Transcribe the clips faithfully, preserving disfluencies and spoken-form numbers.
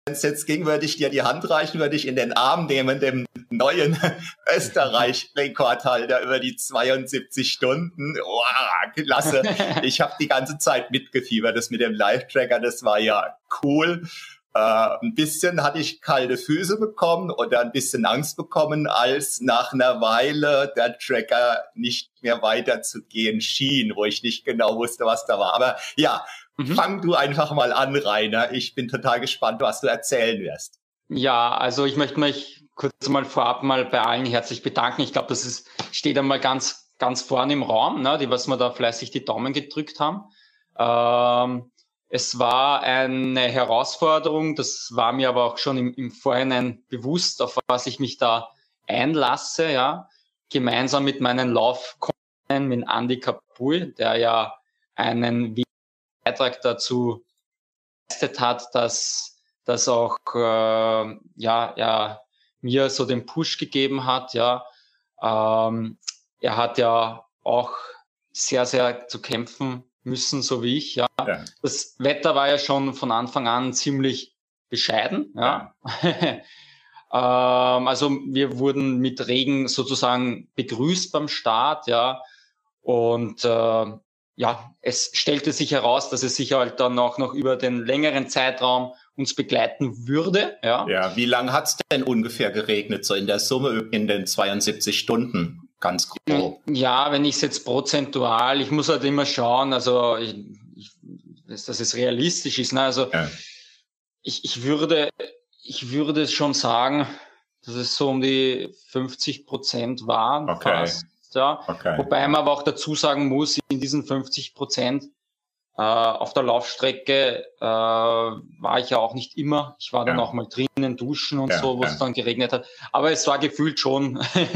es jetzt ging, würde ich dir die Hand reichen, würde ich in den Arm nehmen, dem neuen Österreich-Rekordhalter über die zweiundsiebzig Stunden. Wow, klasse. Ich habe die ganze Zeit mitgefiebert. Das mit dem Live-Tracker, das war ja cool. Äh, ein bisschen hatte ich kalte Füße bekommen oder ein bisschen Angst bekommen, als nach einer Weile der Tracker nicht mehr weiterzugehen schien, wo ich nicht genau wusste, was da war. Aber ja, mhm. Fang du einfach mal an, Rainer. Ich bin total gespannt, was du erzählen wirst. Ja, also ich möchte mich kurz mal vorab mal bei allen herzlich bedanken. Ich glaube, das ist, steht einmal ganz, ganz vorne im Raum, ne, die, was wir da fleißig die Daumen gedrückt haben. Ähm, Es war eine Herausforderung, das war mir aber auch schon im, im Vorhinein bewusst, auf was ich mich da einlasse, ja, gemeinsam mit meinen Laufkollegen, mit Andy Kapul, der ja einen Beitrag dazu geleistet hat, dass das auch äh, ja, ja mir so den Push gegeben hat, ja. Ähm, er hat ja auch sehr, sehr zu kämpfen müssen, so wie ich, ja. ja. Das Wetter war ja schon von Anfang an ziemlich bescheiden, ja. ja. ähm, also wir wurden mit Regen sozusagen begrüßt beim Start, ja. Und äh, ja, es stellte sich heraus, dass es sich halt dann auch noch über den längeren Zeitraum uns begleiten würde, ja. Ja, wie lange hat's denn ungefähr geregnet, so in der Summe in den zweiundsiebzig Stunden? Ganz grob. Ja, wenn ich es jetzt prozentual, ich muss halt immer schauen, also ich, ich, dass es realistisch ist. Ne? Also ja. ich, ich würde, ich würde schon sagen, dass es so um die fünfzig Prozent waren. Okay. Fast, ja. Okay. Wobei man aber auch dazu sagen muss, in diesen fünfzig Prozent äh, auf der Laufstrecke äh, war ich ja auch nicht immer. Ich war dann ja. auch mal drinnen duschen und ja, so, wo ja. es dann geregnet hat. Aber es war gefühlt schon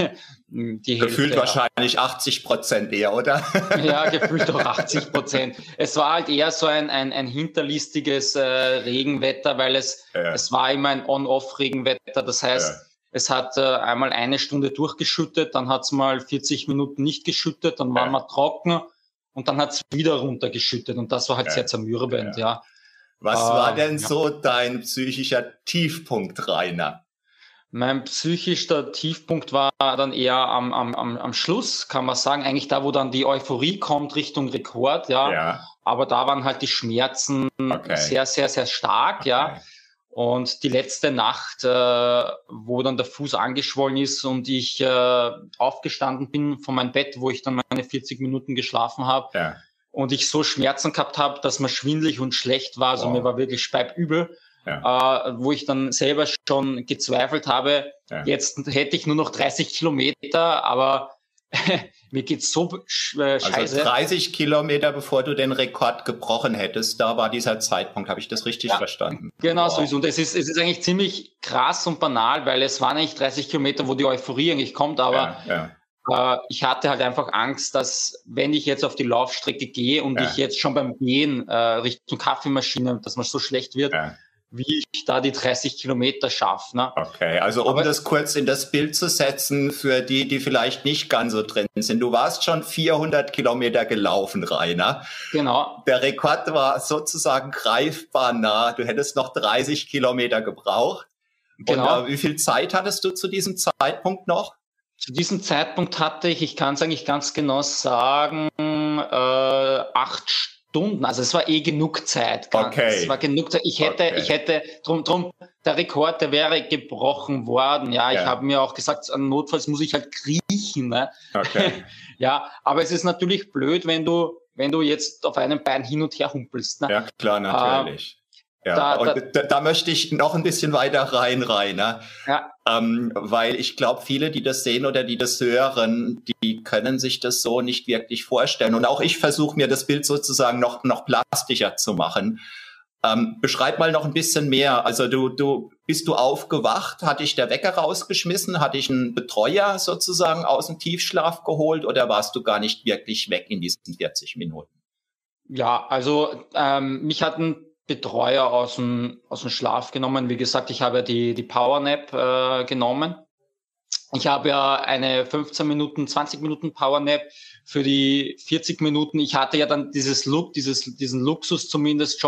die Hälfte. Gefühlt wahrscheinlich achtzig Prozent eher, oder? Ja, gefühlt doch achtzig Prozent. Es war halt eher so ein, ein, ein hinterlistiges äh, Regenwetter, weil es, ja. es war immer ein On-Off-Regenwetter. Das heißt, ja. es hat äh, einmal eine Stunde durchgeschüttet, dann hat es mal vierzig Minuten nicht geschüttet, dann war ja. man trocken. Und dann hat es wieder runtergeschüttet und das war halt ja, sehr zermürbend, ja. ja. Was äh, war denn ja. so dein psychischer Tiefpunkt, Rainer? Mein psychischer Tiefpunkt war dann eher am, am, am, am Schluss, kann man sagen, eigentlich da, wo dann die Euphorie kommt Richtung Rekord, ja. ja. Aber da waren halt die Schmerzen okay. sehr, sehr, sehr stark, okay. ja. Und die letzte Nacht, äh, wo dann der Fuß angeschwollen ist und ich äh, aufgestanden bin von meinem Bett, wo ich dann meine vierzig Minuten geschlafen habe ja. und ich so Schmerzen gehabt habe, dass mir schwindelig und schlecht war, also wow. mir war wirklich speibübel, ja. äh, wo ich dann selber schon gezweifelt habe, ja. jetzt hätte ich nur noch dreißig Kilometer, aber mir geht's so äh, scheiße. Also dreißig Kilometer, bevor du den Rekord gebrochen hättest, da war dieser Zeitpunkt. Habe ich das richtig ja, verstanden? Genau, wow. so ist es. Und es ist, es ist eigentlich ziemlich krass und banal, weil es waren eigentlich dreißig Kilometer, wo die Euphorie eigentlich kommt, aber ja, ja. äh, ich hatte halt einfach Angst, dass wenn ich jetzt auf die Laufstrecke gehe und ja. ich jetzt schon beim Gehen äh, Richtung Kaffeemaschine, dass man so schlecht wird, ja. wie ich da die dreißig Kilometer schaffe. Ne? Okay, also um Aber das kurz in das Bild zu setzen, für die, die vielleicht nicht ganz so drin sind. Du warst schon vierhundert Kilometer gelaufen, Rainer. Genau. Der Rekord war sozusagen greifbar nah. Du hättest noch dreißig Kilometer gebraucht. Genau. Und äh, wie viel Zeit hattest du zu diesem Zeitpunkt noch? Zu diesem Zeitpunkt hatte ich, ich kann es eigentlich ganz genau sagen, äh, acht Stunden. Stunden, also es war eh genug Zeit. Okay. Es war genug Zeit. Ich hätte, okay. ich hätte, drum, drum, der Rekord, der wäre gebrochen worden. Ja, ja. Ich habe mir auch gesagt, notfalls muss ich halt kriechen. Ne? Okay. Ja, aber es ist natürlich blöd, wenn du, wenn du jetzt auf einem Bein hin und her humpelst. Ne? Ja, klar, natürlich. Ähm, Ja, da, und da, da möchte ich noch ein bisschen weiter rein, Rainer. Ja. Ähm, weil ich glaube, viele, die das sehen oder die das hören, die können sich das so nicht wirklich vorstellen. Und auch ich versuche mir das Bild sozusagen noch, noch plastischer zu machen. Ähm, beschreib mal noch ein bisschen mehr. Also du, du, bist du aufgewacht? Hat dich der Wecker rausgeschmissen? Hat dich ein Betreuer sozusagen aus dem Tiefschlaf geholt? Oder warst du gar nicht wirklich weg in diesen vierzig Minuten? Ja, also ähm, mich hat ein Betreuer aus dem, aus dem Schlaf genommen. Wie gesagt, ich habe ja die, die Powernap äh, genommen. Ich habe ja eine fünfzehn Minuten, zwanzig Minuten Powernap für die vierzig Minuten. Ich hatte ja dann dieses Look, dieses, diesen Luxus zumindest schon,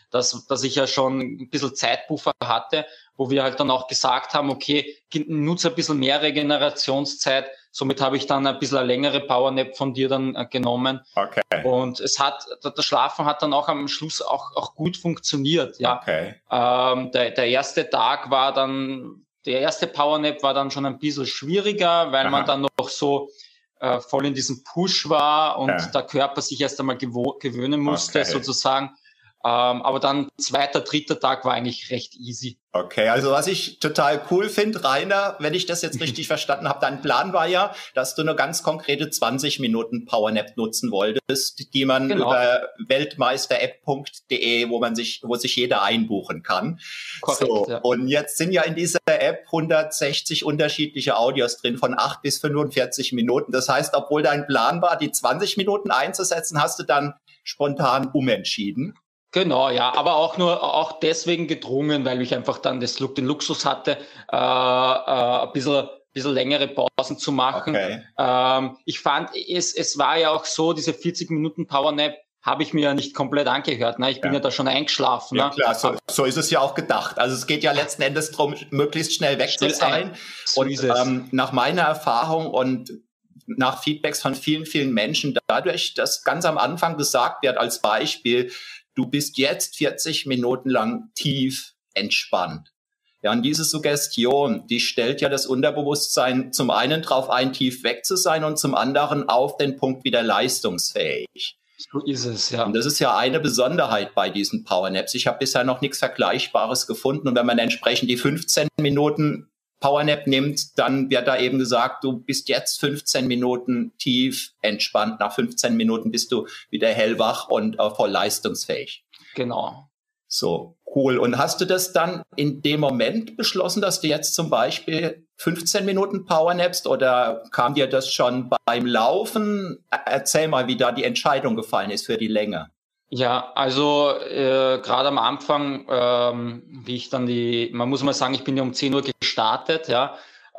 dass, dass ich ja schon ein bisschen Zeitpuffer hatte, wo wir halt dann auch gesagt haben, okay, nutze ein bisschen mehr Regenerationszeit. Somit habe ich dann ein bisschen eine längere Powernap von dir dann äh, genommen. Okay. Und es hat, das Schlafen hat dann auch am Schluss auch, auch gut funktioniert, ja. Okay. Ähm, der, der erste Tag war dann, der erste Powernap war dann schon ein bisschen schwieriger, weil Aha. man dann noch so äh, voll in diesem Push war und ja. der Körper sich erst einmal gewo- gewöhnen musste, okay. sozusagen. Ähm, aber dann zweiter, dritter Tag war eigentlich recht easy. Okay, also was ich total cool finde, Rainer, wenn ich das jetzt richtig verstanden habe, dein Plan war ja, dass du eine ganz konkrete zwanzig Minuten Powernap nutzen wolltest, die man genau. über weltmeister app punkt de, wo man sich, wo sich jeder einbuchen kann. Korrekt, so, ja. Und jetzt sind ja in dieser App hundertsechzig unterschiedliche Audios drin von acht bis fünfundvierzig Minuten. Das heißt, obwohl dein Plan war, die zwanzig Minuten einzusetzen, hast du dann spontan umentschieden. Genau, ja, aber auch nur auch deswegen gedrungen, weil ich einfach dann das, den Luxus hatte, äh, äh, ein bisschen, bisschen längere Pausen zu machen. Okay. Ähm, ich fand, es, es war ja auch so, diese vierzig Minuten Powernap habe ich mir ja nicht komplett angehört. Ne? Ich bin ja, ja da schon eingeschlafen. Ja, ne? klar, so, so ist es ja auch gedacht. Also es geht ja letzten Endes darum, möglichst schnell weg schnell zu sein. Ein. So und ähm, nach meiner Erfahrung und nach Feedbacks von vielen, vielen Menschen, dadurch, dass ganz am Anfang gesagt wird, als Beispiel, du bist jetzt vierzig Minuten lang tief entspannt. Ja, und diese Suggestion, die stellt ja das Unterbewusstsein zum einen drauf ein, tief weg zu sein und zum anderen auf den Punkt wieder leistungsfähig. So ist es, ja. Und das ist ja eine Besonderheit bei diesen Powernaps. Ich habe bisher noch nichts Vergleichbares gefunden. Und wenn man entsprechend die fünfzehn Minuten Powernap nimmt, dann wird da eben gesagt, du bist jetzt fünfzehn Minuten tief entspannt. Nach fünfzehn Minuten bist du wieder hellwach und äh, voll leistungsfähig. Genau. So, cool. Und hast du das dann in dem Moment beschlossen, dass du jetzt zum Beispiel fünfzehn Minuten powernapst oder kam dir das schon beim Laufen? Erzähl mal, wie da die Entscheidung gefallen ist für die Länge. Ja, also äh, gerade am Anfang, ähm, wie ich dann die, man muss mal sagen, ich bin ja um zehn Uhr gestartet, ja.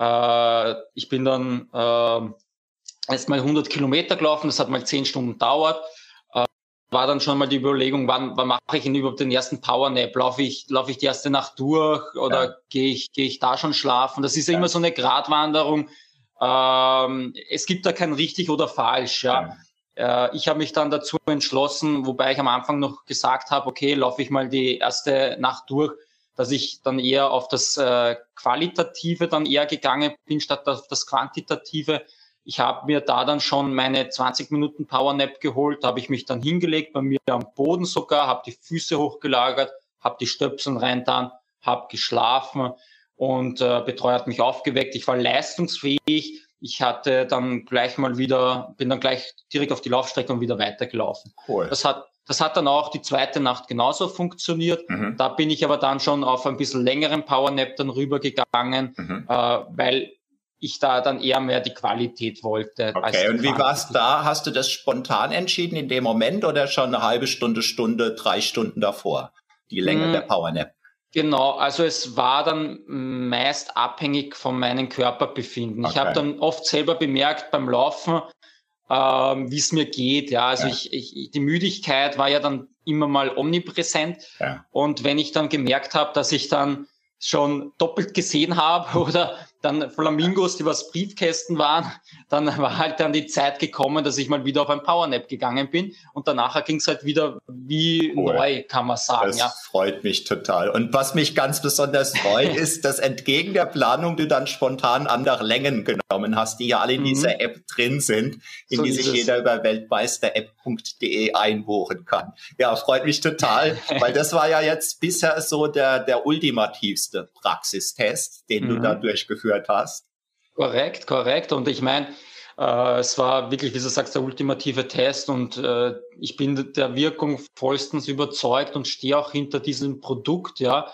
Äh, ich bin dann äh, erst mal hundert Kilometer gelaufen, das hat mal zehn Stunden gedauert. Äh, war dann schon mal die Überlegung, wann, wann mache ich denn überhaupt den ersten Powernap? Laufe ich, laufe ich die erste Nacht durch oder ja. gehe ich, gehe ich da schon schlafen? Das ist ja immer so eine Gratwanderung. Ähm, es gibt da kein richtig oder falsch, ja. ja. Ich habe mich dann dazu entschlossen, wobei ich am Anfang noch gesagt habe, okay, laufe ich mal die erste Nacht durch, dass ich dann eher auf das äh, Qualitative dann eher gegangen bin, statt auf das Quantitative. Ich habe mir da dann schon meine zwanzig Minuten Powernap geholt, habe ich mich dann hingelegt, bei mir am Boden sogar, habe die Füße hochgelagert, habe die Stöpsel reingetan, habe geschlafen und äh, Betreuer hat mich aufgeweckt. Ich war leistungsfähig. Ich hatte dann gleich mal wieder, bin dann gleich direkt auf die Laufstrecke und wieder weitergelaufen. Cool. Das hat, das hat dann auch die zweite Nacht genauso funktioniert. Mhm. Da bin ich aber dann schon auf ein bisschen längeren Powernap dann rübergegangen, mhm. äh, weil ich da dann eher mehr die Qualität wollte. Okay, als und wie war's da? Hast du das spontan entschieden in dem Moment oder schon eine halbe Stunde, Stunde, drei Stunden davor? Die Länge mhm. der Powernap? Genau, also es war dann meist abhängig von meinem Körperbefinden. Okay. Ich habe dann oft selber bemerkt beim Laufen, ähm, wie es mir geht. Ja, also ja. Ich, ich, die Müdigkeit war ja dann immer mal omnipräsent. Ja. Und wenn ich dann gemerkt habe, dass ich dann schon doppelt gesehen habe oder dann Flamingos, die was Briefkästen waren, dann war halt dann die Zeit gekommen, dass ich mal wieder auf ein Powernap gegangen bin und danach ging es halt wieder wie cool. neu, kann man sagen. Das ja. freut mich total. Und was mich ganz besonders freut, ist, dass entgegen der Planung du dann spontan andere Längen genommen hast, die ja alle in mhm. dieser App drin sind, in so die sich es. jeder über weltmeister app punkt de einbuchen kann. Ja, freut mich total, weil das war ja jetzt bisher so der, der ultimativste Praxistest, den mhm. du da durchgeführt hast. Korrekt, korrekt. Und ich meine, äh, es war wirklich, wie du sagst, der ultimative Test und äh, ich bin der Wirkung vollstens überzeugt und stehe auch hinter diesem Produkt. Ja,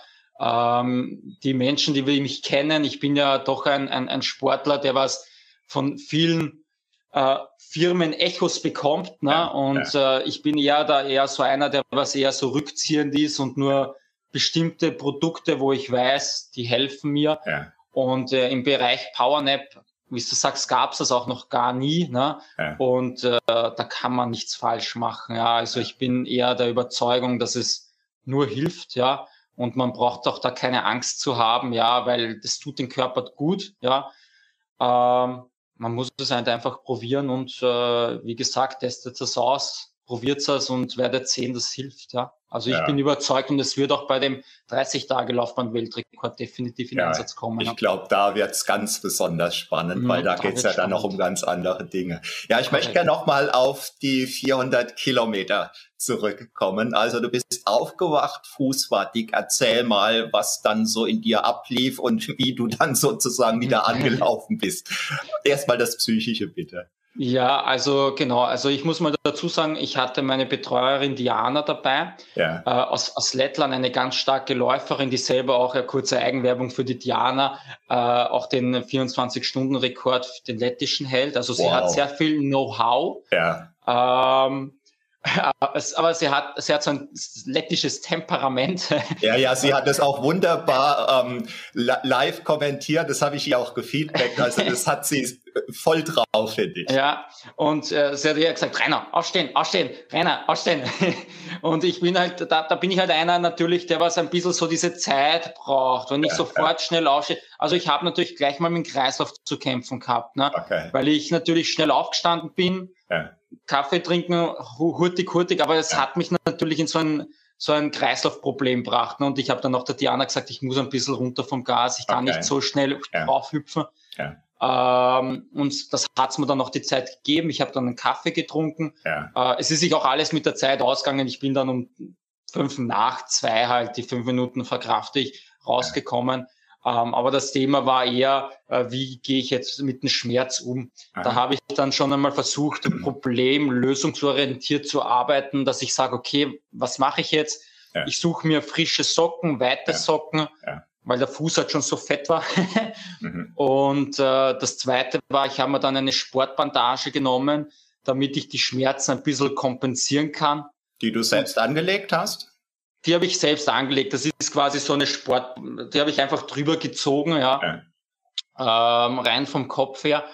ähm, die Menschen, die mich kennen, ich bin ja doch ein, ein, ein Sportler, der was von vielen äh, Firmen Echos bekommt. Ne? Ja, und ja. Äh, ich bin eher da eher so einer, der was eher so rückziehend ist und nur bestimmte Produkte, wo ich weiß, die helfen mir. Ja. Und äh, im Bereich Powernap, wie du sagst, gab es das auch noch gar nie. Ne? Ja. Und äh, da kann man nichts falsch machen. Ja, also ja. ich bin eher der Überzeugung, dass es nur hilft, ja. Und man braucht auch da keine Angst zu haben, ja, weil das tut den Körper gut, ja. Ähm, man muss es halt einfach probieren und äh, wie gesagt, testet es aus, probiert es und werdet sehen, das hilft, ja. Also ich Ja. bin überzeugt und es wird auch bei dem dreißig-Tage-Laufbahn-Weltrekord definitiv in Ja, Einsatz kommen. ich Ja. glaube, da wird's ganz besonders spannend, Mhm, weil da da geht's wird's ja dann noch spannend. um ganz andere Dinge. Ja, ich Korrekt. möchte gerne nochmal auf die vierhundert Kilometer zurückkommen. Also du bist aufgewacht, fußwartig. Erzähl mal, was dann so in dir ablief und wie du dann sozusagen wieder angelaufen bist. Erstmal das Psychische, bitte. Ja, also genau. Also ich muss mal dazu sagen, ich hatte meine Betreuerin Diana dabei, Ja, äh, aus, aus Lettland, eine ganz starke Läuferin, die selber auch, ja, kurze Eigenwerbung für die Diana, äh, auch den vierundzwanzig-Stunden-Rekord, den lettischen hält. Also sie hat wow. sehr viel Know-how. Ja, Ähm, aber es- aber sie hat, sie hat so ein lettisches Temperament. ja, ja, sie hat das auch wunderbar ähm, li- live kommentiert. Das habe ich ihr auch gefeedbackt. Also das hat sie voll drauf, finde ich. Ja, und äh, sie hat ja gesagt, Rainer, aufstehen, aufstehen, Rainer, aufstehen. Und ich bin halt, da, da bin ich halt einer natürlich, der was ein bisschen so diese Zeit braucht, wenn ich Ja, sofort schnell aufstehe. Also ich habe natürlich gleich mal mit dem Kreislauf zu kämpfen gehabt, ne? Okay. Weil ich natürlich schnell aufgestanden bin, Ja, Kaffee trinken, hu- hurtig, hurtig, aber es Ja. hat mich natürlich in so ein so ein Kreislaufproblem gebracht. Ne? Und ich habe dann auch der Diana gesagt, ich muss ein bisschen runter vom Gas, ich kann Okay. nicht so schnell Ja. draufhüpfen. Ja. Ähm, und das hat's mir dann noch die Zeit gegeben. Ich habe dann einen Kaffee getrunken. ja, Äh, es ist sich auch alles mit der Zeit ausgegangen. Ich bin dann um fünf nach zwei halt, die fünf Minuten verkrafte ich, rausgekommen. Ähm, aber das Thema war eher, äh, wie gehe ich jetzt mit dem Schmerz um? Da Aha. habe ich dann schon einmal versucht, problemlösungsorientiert zu arbeiten, dass ich sage, okay, was mache ich jetzt? Ja. Ich suche mir frische Socken, weite Ja. Socken, Ja. weil der Fuß halt schon so fett war. Mhm. Und äh, das Zweite war, ich habe mir dann eine Sportbandage genommen, damit ich die Schmerzen ein bisschen kompensieren kann. Die du selbst angelegt hast? Die habe ich selbst angelegt. Das ist quasi so eine Sport, die habe ich einfach drüber gezogen, ja, Ja. ähm, rein vom Kopf her.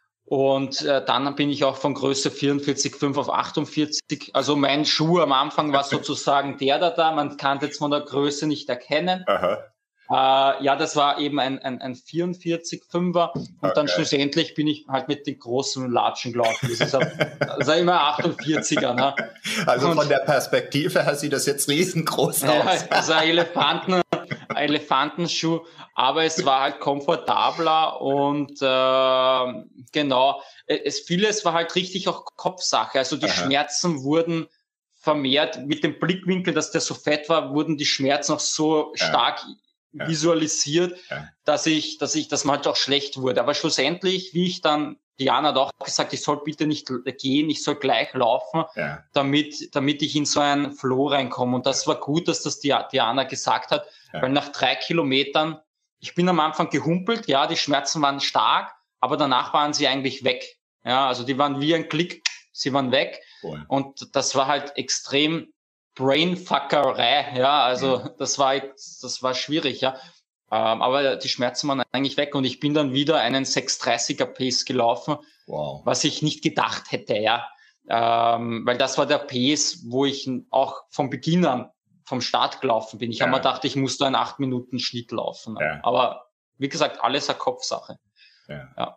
Und äh, dann bin ich auch von Größe vierundvierzig Komma fünf auf achtundvierzig. Also mein Schuh am Anfang war sozusagen der da da. Man kann jetzt von der Größe nicht erkennen. Aha. Äh, ja, das war eben ein, ein, ein vierundvierzig Komma fünfer. Und Okay. dann schlussendlich bin ich halt mit den großen Latschen gelaufen. Das ist, ein, das ist immer achtundvierziger. Ne? Also Und- von der Perspektive her sieht das jetzt riesengroß Ja, aus. also ein Elefanten, ein Elefantenschuh, aber es war halt komfortabler und äh, genau, es vieles war halt richtig auch Kopfsache. Also die Aha. Schmerzen wurden vermehrt mit dem Blickwinkel, dass der so fett war, wurden die Schmerzen auch so Ja. stark Ja. visualisiert, Ja. dass ich, dass ich, dass man halt auch schlecht wurde. Aber schlussendlich, wie ich dann, Diana hat auch gesagt, ich soll bitte nicht gehen, ich soll gleich laufen, Ja. damit, damit ich in so einen Flow reinkomme. Und das war gut, dass das die Diana gesagt hat, Ja. weil nach drei Kilometern, ich bin am Anfang gehumpelt, ja, die Schmerzen waren stark, aber danach waren sie eigentlich weg. Ja, also die waren wie ein Klick, sie waren weg. Cool. Und das war halt extrem Brainfuckerei, ja, also Mhm. das war, das war schwierig, ja. Ähm, aber die Schmerzen waren eigentlich weg und ich bin dann wieder einen sechs dreißiger Pace gelaufen, Wow. was ich nicht gedacht hätte, ja. Ähm, weil das war der Pace, wo ich auch vom Beginn an vom Start gelaufen bin. Ich Ja. habe mir gedacht, ich muss da einen acht Minuten Schnitt laufen. Ja. Aber wie gesagt, alles eine Kopfsache. Ja. Ja.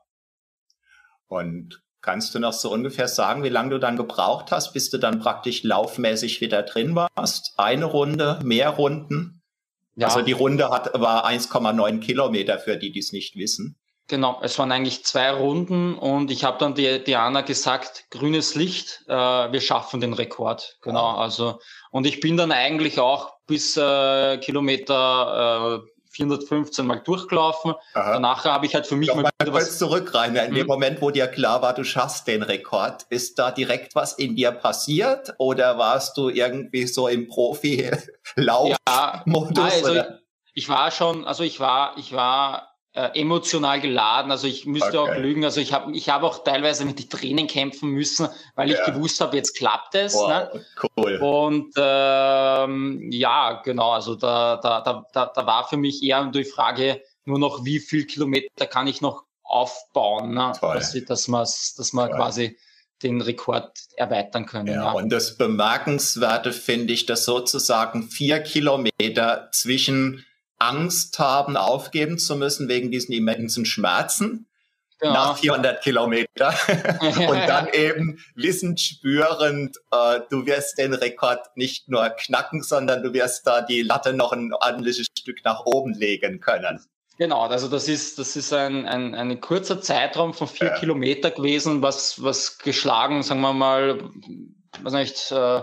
Und kannst du noch so ungefähr sagen, wie lange du dann gebraucht hast, bis du dann praktisch laufmäßig wieder drin warst? Eine Runde, mehr Runden? Ja, Also die Runde hat, war eins Komma neun Kilometer für die, die es nicht wissen. genau. Es waren eigentlich zwei Runden und ich habe dann die Diana gesagt, grünes Licht, äh, wir schaffen den Rekord. Genau. Ah. Also und ich bin dann eigentlich auch bis äh, Kilometer äh, vierhundertfünfzehn mal durchgelaufen. Aha. Danach habe ich halt für mich Noch mal mal wieder kurz was. zurück rein. In dem Mhm. Moment, wo dir klar war, du schaffst den Rekord, ist da direkt was in dir passiert oder warst du irgendwie so im Profi-Lauf-Modus? Ja, also ich, oder? ich war schon, also ich war, ich war äh, emotional geladen, also ich müsste Okay. auch lügen, also ich habe ich habe auch teilweise mit den Tränen kämpfen müssen, weil ich Ja. gewusst habe, jetzt klappt es. Ne? Wow, cool. Und ähm, ja, genau, also da, da, da, da, da war für mich eher die Frage nur noch, wie viel Kilometer kann ich noch aufbauen, ne? Toll. dass, dass man dass man Toll. quasi den Rekord erweitern können. Ja, ja. Und das Bemerkenswerte finde ich, dass sozusagen vier Kilometer zwischen Angst haben, aufgeben zu müssen wegen diesen immensen Schmerzen, genau. nach vierhundert Kilometer und dann eben wissend, spürend, äh, du wirst den Rekord nicht nur knacken, sondern du wirst da die Latte noch ein ordentliches Stück nach oben legen können. Genau, also das ist das ist ein ein, ein kurzer Zeitraum von vier ja. Kilometer gewesen, was was geschlagen, sagen wir mal, was nicht, äh,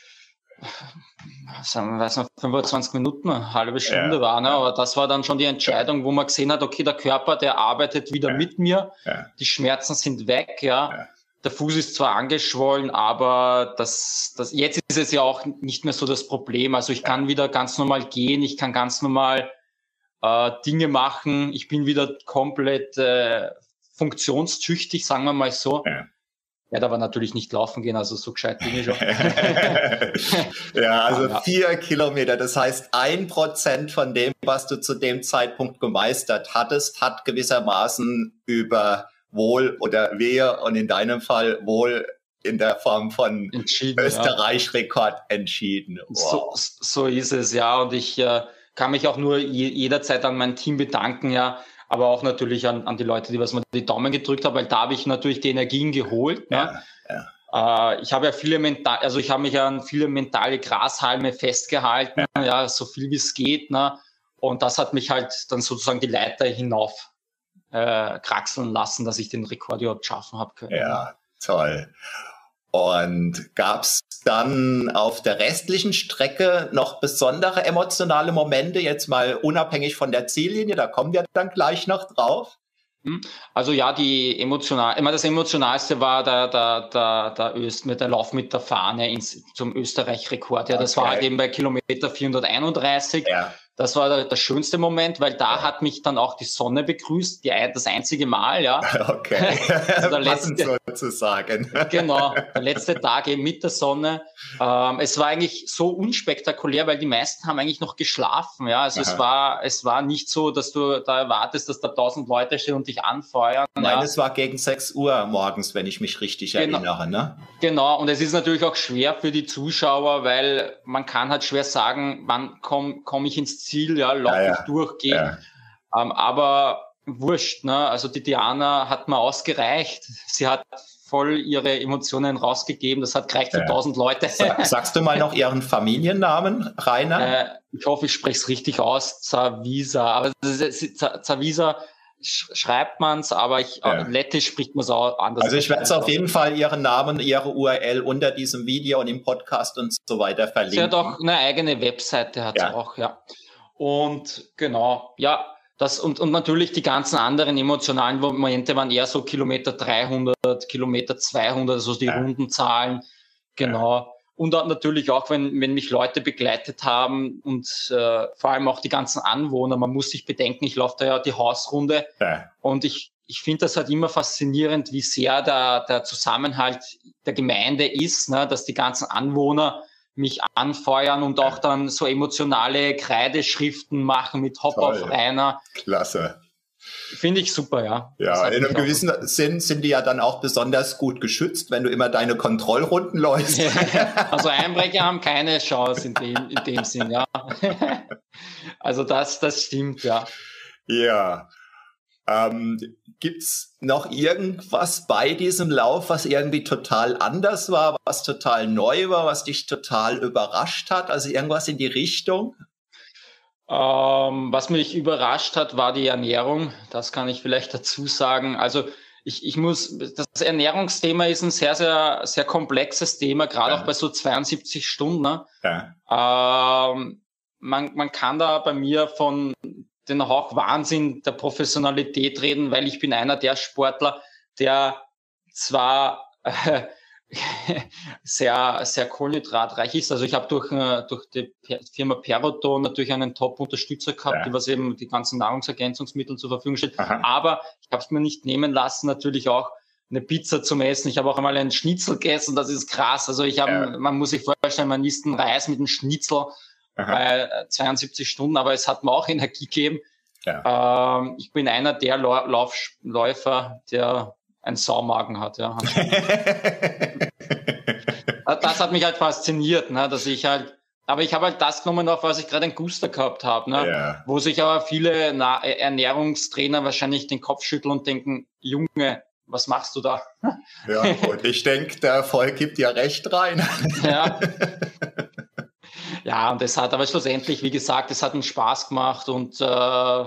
sagen wir, weiß noch, fünfundzwanzig Minuten, eine halbe Stunde ja, war, ne? Ja. Aber das war dann schon die Entscheidung, wo man gesehen hat, okay, der Körper, der arbeitet wieder ja. mit mir, ja. die Schmerzen sind weg, ja. ja. Der Fuß ist zwar angeschwollen, aber das, das, jetzt ist es ja auch nicht mehr so das Problem. Also ich kann wieder ganz normal gehen, ich kann ganz normal äh, Dinge machen, ich bin wieder komplett äh, funktionstüchtig, sagen wir mal so. Ja. Ja, da war natürlich nicht laufen gehen, also so gescheit bin ich schon. Ja, also ja. vier Kilometer, das heißt ein Prozent von dem, was du zu dem Zeitpunkt gemeistert hattest, hat gewissermaßen über Wohl oder Wehe und in deinem Fall Wohl in der Form von Österreich-Rekord ja. entschieden. Wow. So, so ist es, ja, und ich äh, kann mich auch nur je, jederzeit an mein Team bedanken, ja, aber auch natürlich an, an die Leute, die was mir die Daumen gedrückt haben, weil da habe ich natürlich die Energien geholt. Ja, ne? ja. Äh, ich habe ja viele mental, also ich habe mich an viele mentale Grashalme festgehalten, ja, ja so viel wie es geht. Ne? Und das hat mich halt dann sozusagen die Leiter hinauf äh, kraxeln lassen, dass ich den Rekord überhaupt schaffen habe können. Ja, toll. Und gab es dann auf der restlichen Strecke noch besondere emotionale Momente, jetzt mal unabhängig von der Ziellinie, da kommen wir dann gleich noch drauf? Also ja, die emotional, immer das Emotionalste war der, der, der, der, Öst, mit der Lauf mit der Fahne ins, zum Österreich-Rekord. Ja, das okay. war halt eben bei Kilometer vierhunderteinunddreißig. Ja. Das war der, der schönste Moment, weil da ja. hat mich dann auch die Sonne begrüßt, die, das einzige Mal, ja. Okay, also der letzte, sozusagen. Genau, der letzte Tag eben mit der Sonne. Ähm, es war eigentlich so unspektakulär, weil die meisten haben eigentlich noch geschlafen, ja. Also Aha. es war es war nicht so, dass du da erwartest, dass da tausend Leute stehen und dich anfeuern. Nein, ja. es war gegen sechs Uhr morgens, wenn ich mich richtig genau. erinnere, ne? Genau, und es ist natürlich auch schwer für die Zuschauer, weil man kann halt schwer sagen, wann komme komm ich ins Ziel, ja, lauf ja, ja. ich durch, gehe. Ja. Ähm, aber wurscht, ne? Also die Diana hat mir ausgereicht. Sie hat voll ihre Emotionen rausgegeben. Das hat gereicht für ja. tausend Leute. Sagst du mal noch ihren Familiennamen, Rainer? Äh, ich hoffe, ich spreche es richtig aus. Zavisa. Aber Zavisa schreibt man es, aber ich, ja. lettisch spricht man es auch anders. Also ich werde es auf jeden Fall ihren Namen, ihre U R L unter diesem Video und im Podcast und so weiter verlinken. Sie hat auch eine eigene Webseite, hat ja. sie auch, ja. Und genau, ja, das und, und natürlich die ganzen anderen emotionalen Momente waren eher so Kilometer dreihundert, Kilometer zweihundert, also die ja. Rundenzahlen, genau. Ja. Und auch natürlich auch, wenn, wenn mich Leute begleitet haben und äh, vor allem auch die ganzen Anwohner, man muss sich bedenken, ich laufe da ja die Hausrunde ja. und ich, ich finde das halt immer faszinierend, wie sehr der, der Zusammenhalt der Gemeinde ist, ne, dass die ganzen Anwohner mich anfeuern und auch dann so emotionale Kreideschriften machen mit Hopp Toll. Auf Rainer. Klasse. Finde ich super, ja. Ja, in einem gewissen Sinn sind die ja dann auch besonders gut geschützt, wenn du immer deine Kontrollrunden läufst. Also Einbrecher haben keine Chance in dem, in dem Sinn, ja. Also das, das stimmt, ja. Ja. Ähm, gibt's noch irgendwas bei diesem Lauf, was irgendwie total anders war, was total neu war, was dich total überrascht hat? Also irgendwas in die Richtung? Ähm, was mich überrascht hat, war die Ernährung. Das kann ich vielleicht dazu sagen. Also ich, ich muss, das Ernährungsthema ist ein sehr, sehr, sehr komplexes Thema, gerade ja. auch bei so zweiundsiebzig Stunden. Ne? Ja. Ähm, man, man kann da bei mir von den auch Wahnsinn der Professionalität reden, weil ich bin einer der Sportler, der zwar äh, sehr sehr kohlenhydratreich ist. Also ich habe durch äh, durch die Firma Peroton natürlich einen Top-Unterstützer gehabt, ja. die was eben die ganzen Nahrungsergänzungsmittel zur Verfügung stellt. Aha. Aber ich habe es mir nicht nehmen lassen, natürlich auch eine Pizza zum Essen. Ich habe auch einmal einen Schnitzel gegessen, das ist krass. Also ich habe, ja. man muss sich vorstellen, man isst einen Reis mit einem Schnitzel Aha. bei zweiundsiebzig Stunden, aber es hat mir auch Energie gegeben. Ja. Ähm, ich bin einer der Lauf Läufer, der einen Saumagen hat. Ja. Das hat mich halt fasziniert, ne, dass ich halt, aber ich habe halt das genommen, auf was ich gerade einen Guster gehabt habe, ne, ja. wo sich aber viele Na- Ernährungstrainer wahrscheinlich den Kopf schütteln und denken, Junge, was machst du da? Ja, und ich denke, der Erfolg gibt ja recht rein. Ja. Ja, und es hat aber schlussendlich, wie gesagt, es hat einen Spaß gemacht und äh,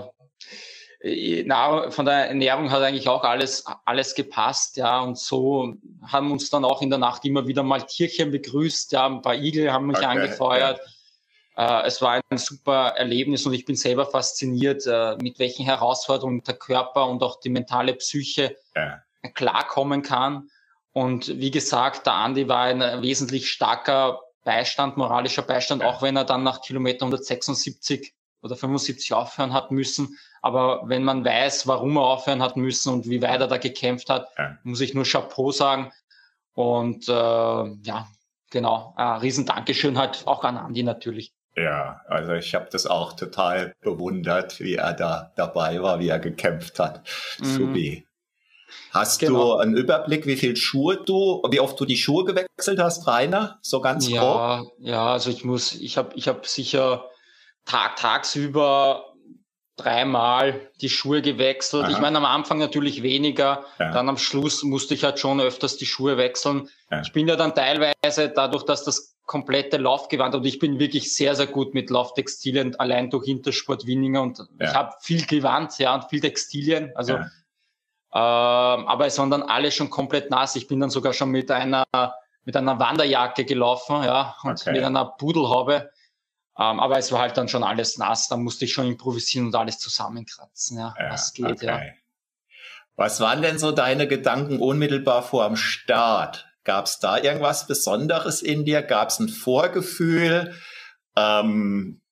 na, von der Ernährung hat eigentlich auch alles, alles gepasst, ja, und so haben uns dann auch in der Nacht immer wieder mal Tierchen begrüßt, ja, ein paar Igel haben mich okay, angefeuert. Ja. Äh, es war ein super Erlebnis und ich bin selber fasziniert, äh, mit welchen Herausforderungen der Körper und auch die mentale Psyche ja. klarkommen kann. Und wie gesagt, der Andi war ein wesentlich starker Beistand, moralischer Beistand, ja. auch wenn er dann nach Kilometer hundertsechsundsiebzig oder fünfundsiebzig aufhören hat müssen. Aber wenn man weiß, warum er aufhören hat müssen und wie weit er da gekämpft hat, ja. muss ich nur Chapeau sagen. Und äh, ja, genau, ein riesen Dankeschön halt auch an Andi natürlich. Ja, also ich habe das auch total bewundert, wie er da dabei war, wie er gekämpft hat. Mhm. Supi. Hast genau. du einen Überblick, wie viel Schuhe du, wie oft du die Schuhe gewechselt hast, Rainer? So ganz ja, grob? Ja, also ich muss, ich habe ich hab sicher tag, tagsüber dreimal die Schuhe gewechselt. Aha. Ich meine, am Anfang natürlich weniger, ja. dann am Schluss musste ich halt schon öfters die Schuhe wechseln. Ja. Ich bin ja dann teilweise, dadurch, dass das komplette Laufgewand, und ich bin wirklich sehr, sehr gut mit Lauftextilien, allein durch Intersport Winninger, und ja. ich habe viel Gewand, ja, und viel Textilien, also ja. ähm, aber es waren dann alle schon komplett nass. Ich bin dann sogar schon mit einer mit einer Wanderjacke gelaufen, ja, und okay. mit einer Pudelhaube. Um, aber es war halt dann schon alles nass, da musste ich schon improvisieren und alles zusammenkratzen, ja, ja was geht, okay. ja. Was waren denn so deine Gedanken unmittelbar vor dem Start? Gab es da irgendwas Besonderes in dir? Gab es ein Vorgefühl? Ähm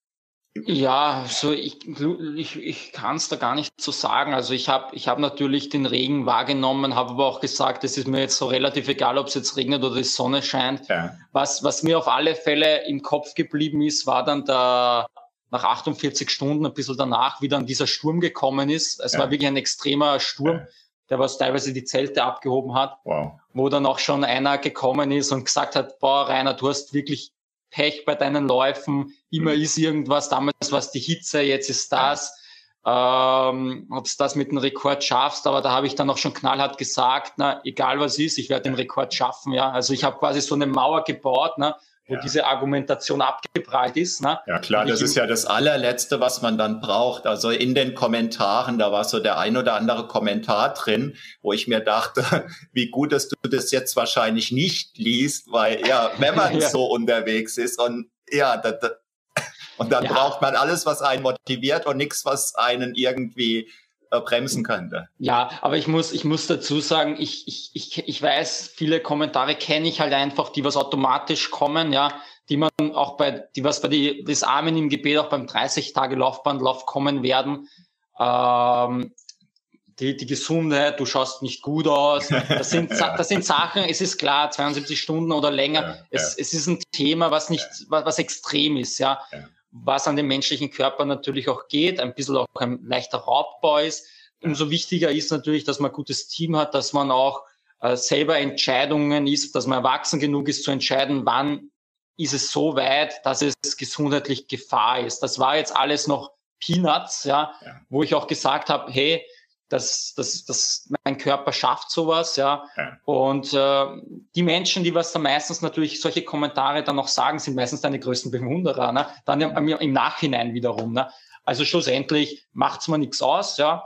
Ja, so ich, ich, ich kann es da gar nicht so sagen. Also ich habe ich hab natürlich den Regen wahrgenommen, habe aber auch gesagt, es ist mir jetzt so relativ egal, ob es jetzt regnet oder die Sonne scheint. Ja. Was, was mir auf alle Fälle im Kopf geblieben ist, war dann der, nach achtundvierzig Stunden, ein bisschen danach, wie dann dieser Sturm gekommen ist. Es ja. war wirklich ein extremer Sturm, ja. der was teilweise die Zelte abgehoben hat, wow. wo dann auch schon einer gekommen ist und gesagt hat, boah, Rainer, du hast wirklich Pech bei deinen Läufen, immer mhm. ist irgendwas, damals war es die Hitze, jetzt ist das, ähm, ob du das mit dem Rekord schaffst, aber da habe ich dann auch schon knallhart gesagt, na, egal was ist, ich werde den Rekord schaffen, ja, also ich habe quasi so eine Mauer gebaut, ne, wo ja. diese Argumentation abgeprallt ist. Ne? Ja klar, das ist ja das allerletzte, was man dann braucht. Also in den Kommentaren, da war so der ein oder andere Kommentar drin, wo ich mir dachte, wie gut, dass du das jetzt wahrscheinlich nicht liest, weil ja, wenn man ja. so unterwegs ist und ja, da, da, und dann ja. braucht man alles, was einen motiviert und nichts, was einen irgendwie bremsen könnte. Ja, aber ich muss, ich muss dazu sagen, ich, ich, ich, ich weiß, viele Kommentare kenne ich halt einfach, die was automatisch kommen, ja, die man auch bei, die was bei die, das Amen im Gebet auch beim dreißig Tage Laufbahnlauf kommen werden. Ähm, die, die Gesundheit, du schaust nicht gut aus. Das sind, ja. das sind Sachen, es ist klar, zweiundsiebzig Stunden oder länger. Ja, es, ja. es ist ein Thema, was nicht, ja. was, was extrem ist, ja. ja. Was an den menschlichen Körper natürlich auch geht, ein bisschen auch ein leichter Raubbau ist. Umso wichtiger ist natürlich, dass man ein gutes Team hat, dass man auch äh, selber Entscheidungen ist, dass man erwachsen genug ist zu entscheiden, wann ist es so weit, dass es gesundheitlich Gefahr ist. Das war jetzt alles noch Peanuts, ja, ja. wo ich auch gesagt habe, hey, das, das, das, mein Körper schafft sowas, ja. ja. Und äh, die Menschen, die was da meistens natürlich solche Kommentare dann noch sagen, sind meistens deine größten Bewunderer, ne? Dann im, im Nachhinein wiederum, ne? Also schlussendlich macht's mir nichts aus, ja.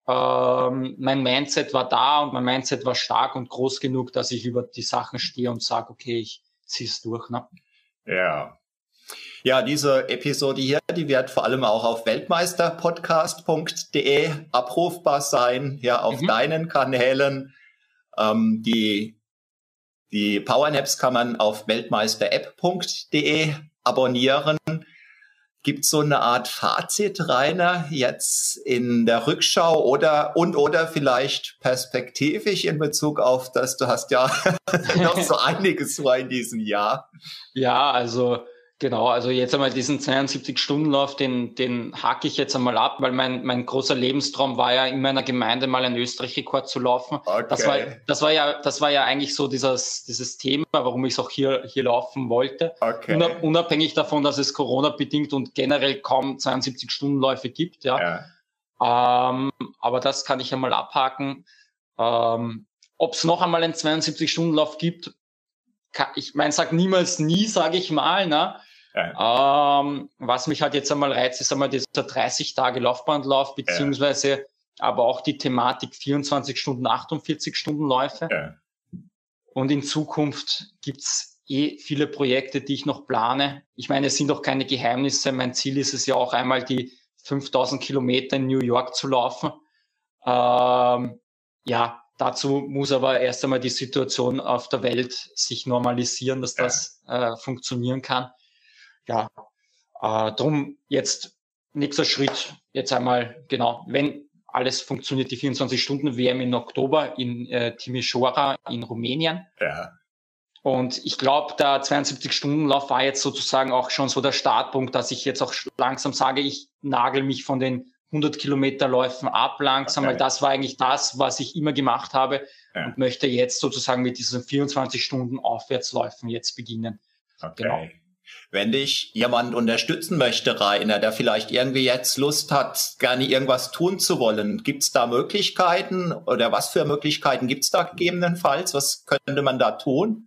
Ähm, mein Mindset war da und mein Mindset war stark und groß genug, dass ich über die Sachen stehe und sage, okay, ich zieh's durch, ne? Ja. Ja, diese Episode hier, die wird vor allem auch auf weltmeisterpodcast punkt de abrufbar sein, ja, auf mhm. deinen Kanälen. Ähm, die, die Powernaps kann man auf weltmeister-app punkt de abonnieren. Gibt so eine Art Fazit, Rainer, jetzt in der Rückschau oder und oder vielleicht perspektivisch in Bezug auf das, du hast ja noch so einiges vor in diesem Jahr. Ja, also Genau, also jetzt einmal diesen zweiundsiebzig-Stunden-Lauf, den, den hake ich jetzt einmal ab, weil mein, mein großer Lebenstraum war ja in meiner Gemeinde mal einen Österreich-Rekord zu laufen. Okay. Das war, das war ja, das war ja eigentlich so dieses, dieses Thema, warum ich es auch hier, hier laufen wollte. Okay. Unabhängig davon, dass es Corona-bedingt und generell kaum zweiundsiebzig-Stunden-Läufe gibt, ja. ja. Ähm, aber das kann ich einmal abhaken. Ähm, ob es noch einmal einen zweiundsiebzig-Stunden-Lauf gibt, kann, ich meine, sag niemals nie, sage ich mal, ne? Ja. Ähm, was mich halt jetzt einmal reizt, ist einmal dieser dreißig Tage Laufbandlauf, beziehungsweise ja. aber auch die Thematik vierundzwanzig Stunden, achtundvierzig Stunden Läufe. Ja. Und in Zukunft gibt's eh viele Projekte, die ich noch plane. Ich meine, es sind doch keine Geheimnisse. Mein Ziel ist es ja auch einmal, die fünftausend Kilometer in New York zu laufen. Ähm, ja, dazu muss aber erst einmal die Situation auf der Welt sich normalisieren, dass das ja. äh, funktionieren kann. Ja, äh, drum jetzt nächster Schritt, jetzt einmal, genau, wenn alles funktioniert, die vierundzwanzig-Stunden-W M in Oktober in äh, Timișoara in Rumänien. Ja. Und ich glaube, der zweiundsiebzig-Stunden-Lauf war jetzt sozusagen auch schon so der Startpunkt, dass ich jetzt auch langsam sage, ich nagel mich von den hundert Kilometer Läufen ab langsam, okay. weil das war eigentlich das, was ich immer gemacht habe ja. und möchte jetzt sozusagen mit diesen vierundzwanzig Stunden Aufwärtsläufen jetzt beginnen. Okay. Genau. Wenn dich jemand unterstützen möchte, Rainer, der vielleicht irgendwie jetzt Lust hat, gerne irgendwas tun zu wollen, gibt es da Möglichkeiten oder was für Möglichkeiten gibt es da gegebenenfalls? Was könnte man da tun?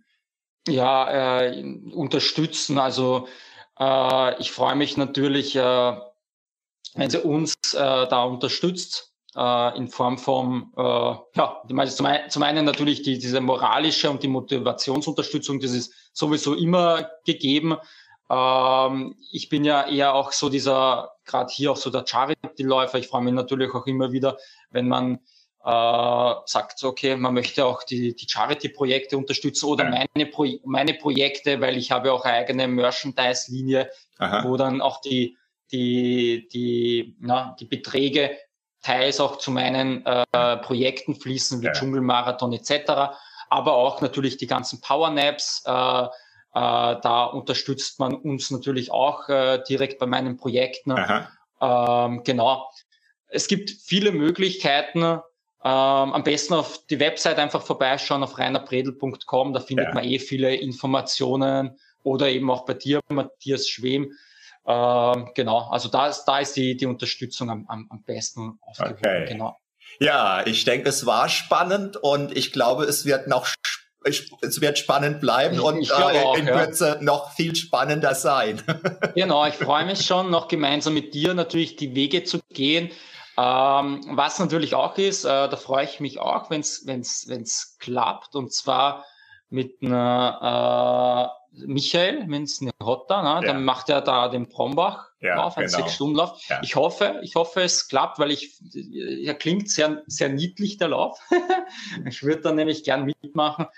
Ja, äh, unterstützen. Also äh, ich freue mich natürlich, äh, wenn sie uns äh, da unterstützt, äh, in Form von, äh, ja, zum, ein, zum einen natürlich die, diese moralische und die Motivationsunterstützung, das ist sowieso immer gegeben. Ähm, ich bin ja eher auch so dieser, gerade hier auch so der Charity-Läufer. Ich freue mich natürlich auch immer wieder, wenn man äh, sagt, okay, man möchte auch die, die Charity-Projekte unterstützen oder meine, Pro meine Projekte, weil ich habe auch eine eigene Merchandise-Linie, wo dann auch die die die na, die Beträge teils auch zu meinen äh, Projekten fließen, wie ja. Dschungelmarathon et cetera, aber auch natürlich die ganzen Powernaps, äh, äh, da unterstützt man uns natürlich auch äh, direkt bei meinen Projekten. Ähm, genau. Es gibt viele Möglichkeiten, ähm, am besten auf die Website einfach vorbeischauen, auf rainer bredl punkt com, da findet ja. man eh viele Informationen oder eben auch bei dir, Matthias Schwem. Ähm, genau, also da ist, da ist die, die Unterstützung am, am, am besten aufgehoben. Okay. Genau. Ja, ich denke, es war spannend und ich glaube, es wird noch es wird spannend bleiben und ich äh, auch, in ja. Kürze noch viel spannender sein. Genau, ich freue mich schon, noch gemeinsam mit dir natürlich die Wege zu gehen. Ähm, was natürlich auch ist, äh, da freue ich mich auch, wenn es wenn's, wenn's klappt, und zwar mit einer äh, Michael Menz-Nehotta, ne? Ja. Dann macht er da den Brombach ja, Lauf, einen genau. Sechs-Stunden-Lauf. Ja. Ich hoffe, ich hoffe, es klappt, weil ich, er klingt sehr, sehr niedlich, der Lauf. Ich würde dann nämlich gern mitmachen.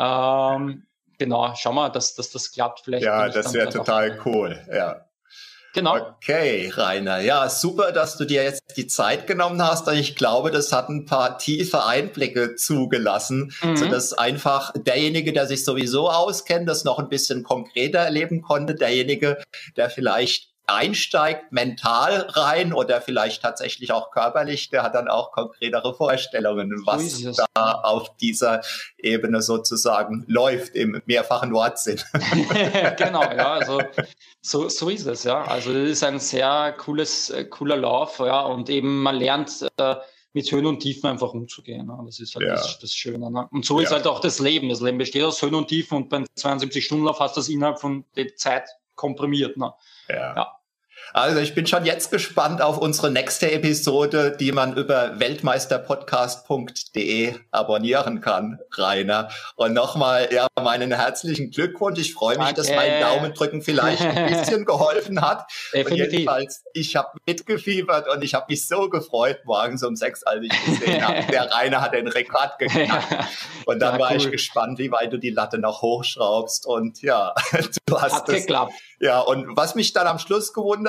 Ähm, genau, schauen wir, dass, dass das klappt. Vielleicht ja, das wäre total cool, ja. Genau. Okay, Rainer. Ja, super, dass du dir jetzt die Zeit genommen hast. Und ich glaube, das hat ein paar tiefe Einblicke zugelassen, mhm. sodass einfach derjenige, der sich sowieso auskennt, das noch ein bisschen konkreter erleben konnte. Derjenige, der vielleicht einsteigt mental rein oder vielleicht tatsächlich auch körperlich, der hat dann auch konkretere Vorstellungen, was so da auf dieser Ebene sozusagen läuft im mehrfachen Wortsinn. Genau, ja, also so, so ist es, ja. Also das ist ein sehr cooles, äh, cooler Lauf, ja, und eben man lernt äh, mit Höhen und Tiefen einfach umzugehen. Ne? Das ist halt ja. das, das Schöne. Ne? Und so ja. ist halt auch das Leben. Das Leben besteht aus Höhen und Tiefen und beim zweiundsiebzig-Stunden-Lauf hast du das innerhalb von der Zeit komprimiert. Ne? Ja. ja. Also ich bin schon jetzt gespannt auf unsere nächste Episode, die man über weltmeisterpodcast punkt de abonnieren kann, Rainer. Und nochmal ja meinen herzlichen Glückwunsch. Ich freue mich, Danke. dass mein Daumendrücken vielleicht ein bisschen geholfen hat. Und jedenfalls, ich habe mitgefiebert und ich habe mich so gefreut morgens um sechs, als ich gesehen habe, der Rainer hat den Rekord geknackt. Und dann ja, war cool. ich gespannt, wie weit du die Latte noch hochschraubst. Und ja, du hast hat es geklappt. Ja, und was mich dann am Schluss gewundert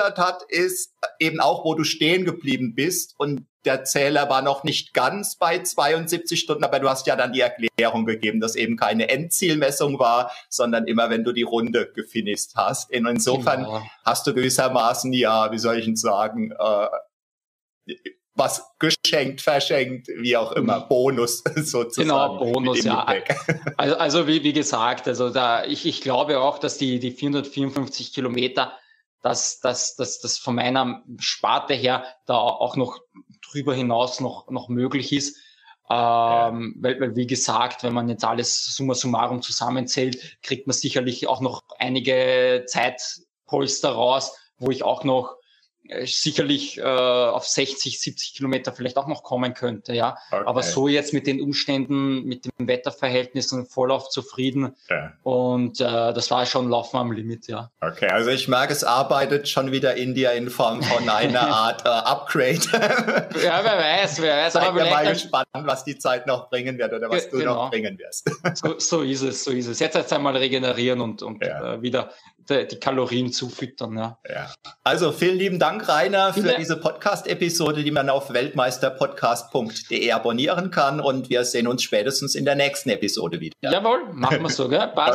gewundert hat, ist eben auch, wo du stehen geblieben bist und der Zähler war noch nicht ganz bei zweiundsiebzig Stunden, aber du hast ja dann die Erklärung gegeben, dass eben keine Endzielmessung war, sondern immer, wenn du die Runde gefinisht hast. Insofern genau. hast du gewissermaßen, ja, wie soll ich denn sagen, äh, was geschenkt, verschenkt, wie auch immer, Bonus sozusagen. Genau, Bonus, ja. Also, also wie, wie gesagt, also da, ich, ich glaube auch, dass die, die vierhundertvierundfünfzig Kilometer, dass, dass, dass das von meiner Sparte her da auch noch drüber hinaus noch, noch möglich ist. Ähm, ja. weil, weil, wie gesagt, wenn man jetzt alles summa summarum zusammenzählt, kriegt man sicherlich auch noch einige Zeitpolster raus, wo ich auch noch sicherlich äh, auf sechzig, siebzig Kilometer vielleicht auch noch kommen könnte, ja. Okay. Aber so jetzt mit den Umständen, mit dem Wetterverhältnis und Vorlauf zufrieden. Ja. Und äh, das war schon Laufen am Limit, ja. Okay, also ich mag, es arbeitet schon wieder in dir in Form von einer Art äh, Upgrade. Ja, wer weiß, wer weiß. Seid aber mal gespannt, was die Zeit noch bringen wird oder was Ge- du genau. noch bringen wirst. So, so ist es, so ist es. Jetzt jetzt einmal regenerieren und, und ja. äh, wieder die, die Kalorien zufüttern, ja. ja. Also vielen lieben Dank, Rainer, für diese Podcast-Episode, die man auf weltmeisterpodcast punkt de abonnieren kann und wir sehen uns spätestens in der nächsten Episode wieder. Jawohl, machen wir so, gell? Passt.